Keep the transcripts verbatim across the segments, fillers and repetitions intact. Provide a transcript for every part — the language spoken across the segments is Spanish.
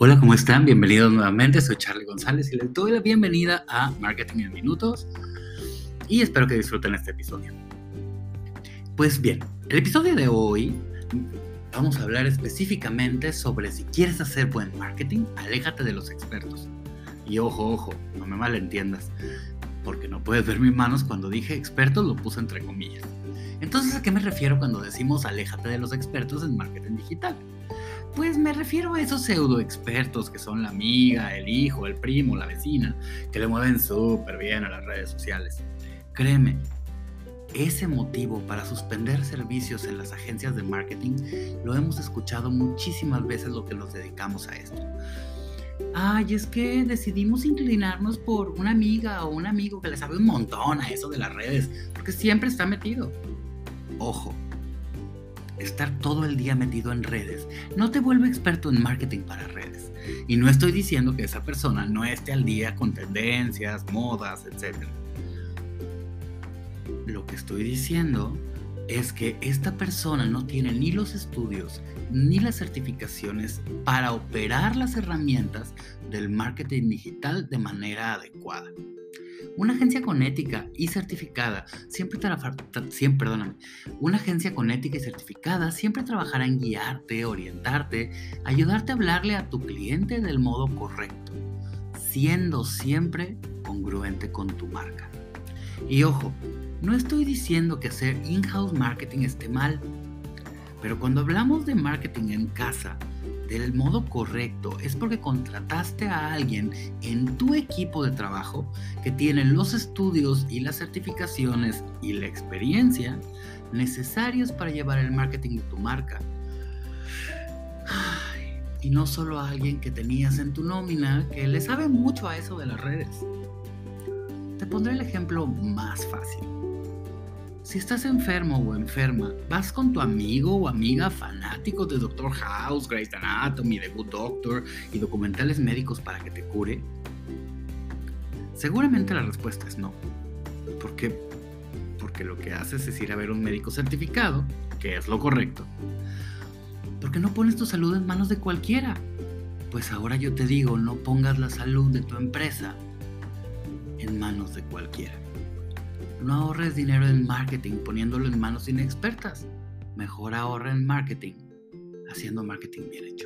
Hola, ¿cómo están? Bienvenidos nuevamente, soy Charlie González y les doy la bienvenida a Marketing en Minutos y espero que disfruten este episodio. Pues bien, el episodio de hoy vamos a hablar específicamente sobre si quieres hacer buen marketing, aléjate de los expertos. Y ojo, ojo, no me malentiendas, porque no puedes ver mis manos cuando dije expertos, lo puse entre comillas. Entonces, ¿a qué me refiero cuando decimos aléjate de los expertos en marketing digital? Pues me refiero a esos pseudo expertos que son la amiga, el hijo, el primo, la vecina, que le mueven súper bien a las redes sociales. Créeme, ese motivo para suspender servicios en las agencias de marketing lo hemos escuchado muchísimas veces lo que nos dedicamos a esto. Ay, es que decidimos inclinarnos por una amiga o un amigo que le sabe un montón a eso de las redes, porque siempre está metido. Ojo. Estar todo el día metido en redes no te vuelve experto en marketing para redes. Y no estoy diciendo que esa persona no esté al día con tendencias, modas, etcétera. Lo que estoy diciendo es que esta persona no tiene ni los estudios ni las certificaciones para operar las herramientas del marketing digital de manera adecuada. Una agencia con ética y certificada siempre, tra- siempre, perdóname, una agencia con ética y certificada siempre trabajará en guiarte, orientarte, ayudarte a hablarle a tu cliente del modo correcto, siendo siempre congruente con tu marca. Y ojo, no estoy diciendo que hacer in-house marketing esté mal, pero cuando hablamos de marketing en casa, del modo correcto, es porque contrataste a alguien en tu equipo de trabajo que tiene los estudios y las certificaciones y la experiencia necesarios para llevar el marketing de tu marca. Ay, y no solo a alguien que tenías en tu nómina que le sabe mucho a eso de las redes. Te pondré el ejemplo más fácil. Si estás enfermo o enferma, vas con tu amigo o amiga fanático de Doctor House, Grey's Anatomy, The Good Doctor y documentales médicos para que te cure. Seguramente la respuesta es no. ¿Por qué? Porque lo que haces es ir a ver a un médico certificado, que es lo correcto. Porque no pones tu salud en manos de cualquiera. Pues ahora yo te digo, no pongas la salud de tu empresa en manos de cualquiera. No ahorres dinero en marketing poniéndolo en manos inexpertas. Mejor ahorra en marketing haciendo marketing bien hecho.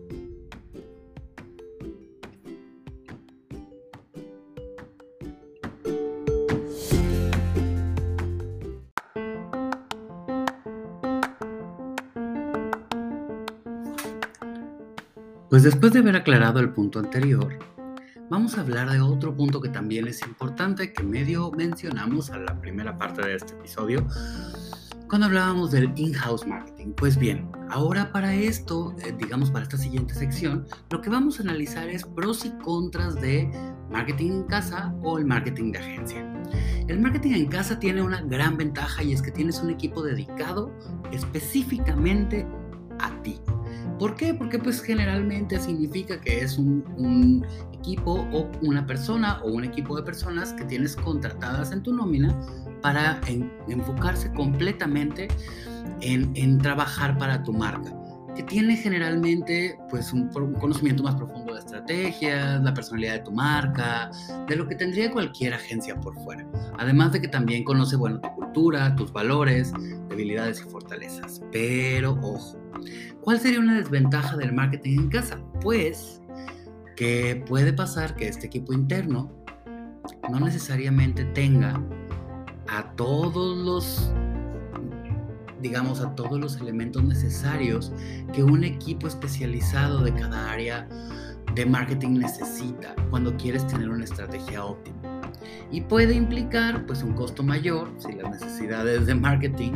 Pues después de haber aclarado el punto anterior, vamos a hablar de otro punto que también es importante, que medio mencionamos a la primera parte de este episodio, cuando hablábamos del in-house marketing. Pues bien, ahora para esto, eh, digamos para esta siguiente sección, lo que vamos a analizar es pros y contras de marketing en casa o el marketing de agencia. El marketing en casa tiene una gran ventaja y es que tienes un equipo dedicado específicamente a ti. ¿Por qué? Porque pues generalmente significa que es un, un equipo o una persona o un equipo de personas que tienes contratadas en tu nómina para en, enfocarse completamente en, en trabajar para tu marca, que tiene generalmente pues un, un conocimiento más profundo de estrategias, la personalidad de tu marca, de lo que tendría cualquier agencia por fuera. Además de que también conoce, bueno, tu cultura, tus valores, debilidades y fortalezas. Pero ojo, ¿cuál sería una desventaja del marketing en casa? Pues que puede pasar que este equipo interno no necesariamente tenga a todos los, digamos, a todos los elementos necesarios que un equipo especializado de cada área de marketing necesita cuando quieres tener una estrategia óptima. Y puede implicar pues un costo mayor si las necesidades de marketing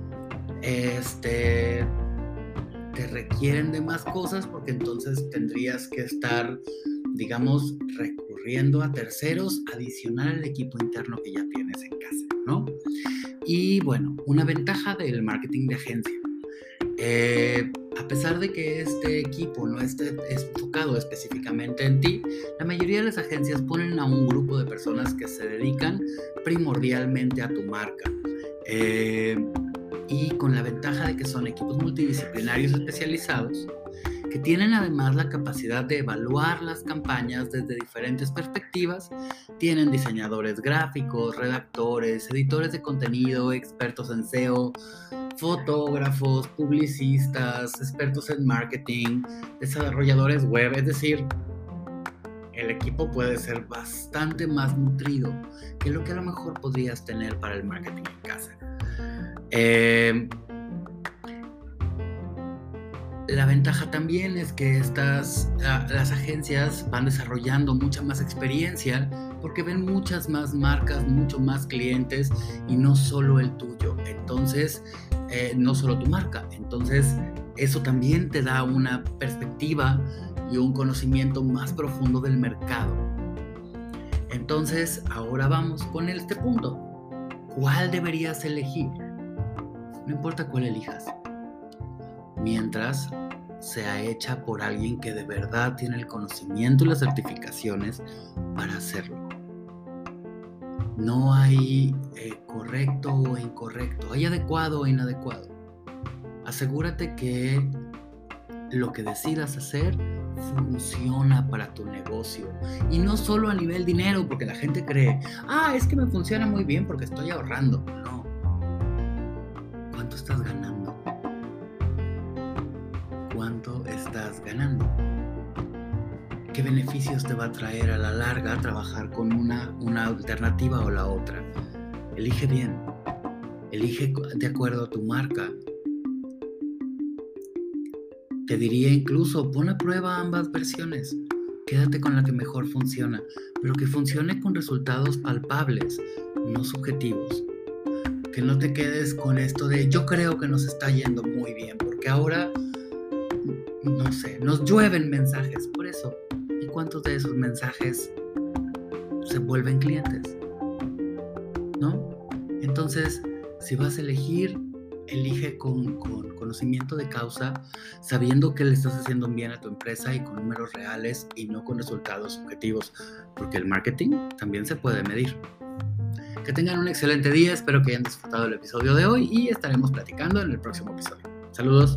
este, te requieren de más cosas, porque entonces tendrías que estar, digamos, recurriendo a terceros adicional al equipo interno que ya tienes en casa, ¿no? Y bueno, una ventaja del marketing de agencia. Eh, a pesar de que este equipo no esté enfocado específicamente en ti, la mayoría de las agencias ponen a un grupo de personas que se dedican primordialmente a tu marca. Eh, y con la ventaja de que son equipos multidisciplinarios especializados que tienen además la capacidad de evaluar las campañas desde diferentes perspectivas. Tienen diseñadores gráficos, redactores, editores de contenido, expertos en S E O, fotógrafos, publicistas, expertos en marketing, desarrolladores web. Es decir, el equipo puede ser bastante más nutrido que lo que a lo mejor podrías tener para el marketing en casa. Eh, La ventaja también es que estas, las agencias van desarrollando mucha más experiencia porque ven muchas más marcas, mucho más clientes y no solo el tuyo. Entonces, eh, no solo tu marca. Entonces, eso también te da una perspectiva y un conocimiento más profundo del mercado. Entonces, ahora vamos con este punto. ¿Cuál deberías elegir? No importa cuál elijas, mientras sea hecha por alguien que de verdad tiene el conocimiento y las certificaciones para hacerlo. No hay eh, correcto o incorrecto, hay adecuado o inadecuado. Asegúrate que lo que decidas hacer funciona para tu negocio. Y no solo a nivel dinero, porque la gente cree, ah, es que me funciona muy bien porque estoy ahorrando. No. ¿Cuánto estás ganando? ¿Cuánto estás ganando? ¿Qué beneficios te va a traer a la larga trabajar con una, una alternativa o la otra? Elige bien. Elige de acuerdo a tu marca. Te diría incluso, pon a prueba ambas versiones. Quédate con la que mejor funciona, pero que funcione con resultados palpables, no subjetivos. Que no te quedes con esto de yo creo que nos está yendo muy bien, porque ahora, no sé, nos llueven mensajes por eso. ¿Y cuántos de esos mensajes se vuelven clientes? ¿No? Entonces, si vas a elegir, elige con, con conocimiento de causa, sabiendo que le estás haciendo un bien a tu empresa y con números reales y no con resultados subjetivos, porque el marketing también se puede medir. Que tengan un excelente día, espero que hayan disfrutado el episodio de hoy y estaremos platicando en el próximo episodio. Saludos.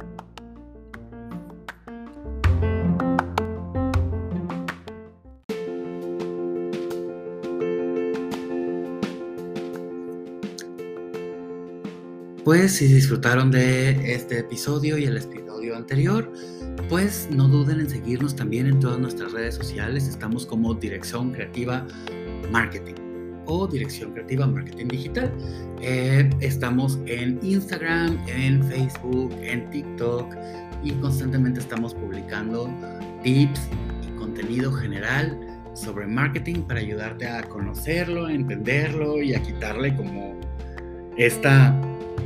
Pues si disfrutaron de este episodio y el episodio anterior, pues no duden en seguirnos también en todas nuestras redes sociales. Estamos como Dirección Creativa Marketing o Dirección Creativa Marketing Digital. Eh, estamos en Instagram, en Facebook, en TikTok y constantemente estamos publicando tips y contenido general sobre marketing para ayudarte a conocerlo, a entenderlo y a quitarle como esta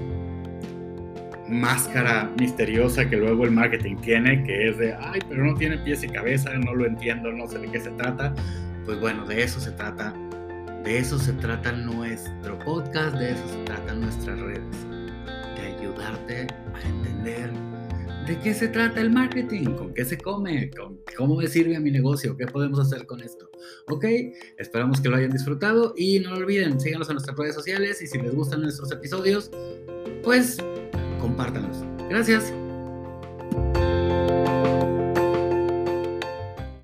máscara misteriosa que luego el marketing tiene, que es de, ay, pero no tiene pies y cabeza, no lo entiendo, no sé de qué se trata. Pues bueno, de eso se trata, de eso se trata nuestro podcast, de eso se tratan nuestras redes, de ayudarte a entender de qué se trata el marketing, con qué se come, con cómo me sirve a mi negocio, qué podemos hacer con esto. Ok, esperamos que lo hayan disfrutado y no lo olviden, síganos en nuestras redes sociales y si les gustan nuestros episodios, pues compártanlos. Gracias.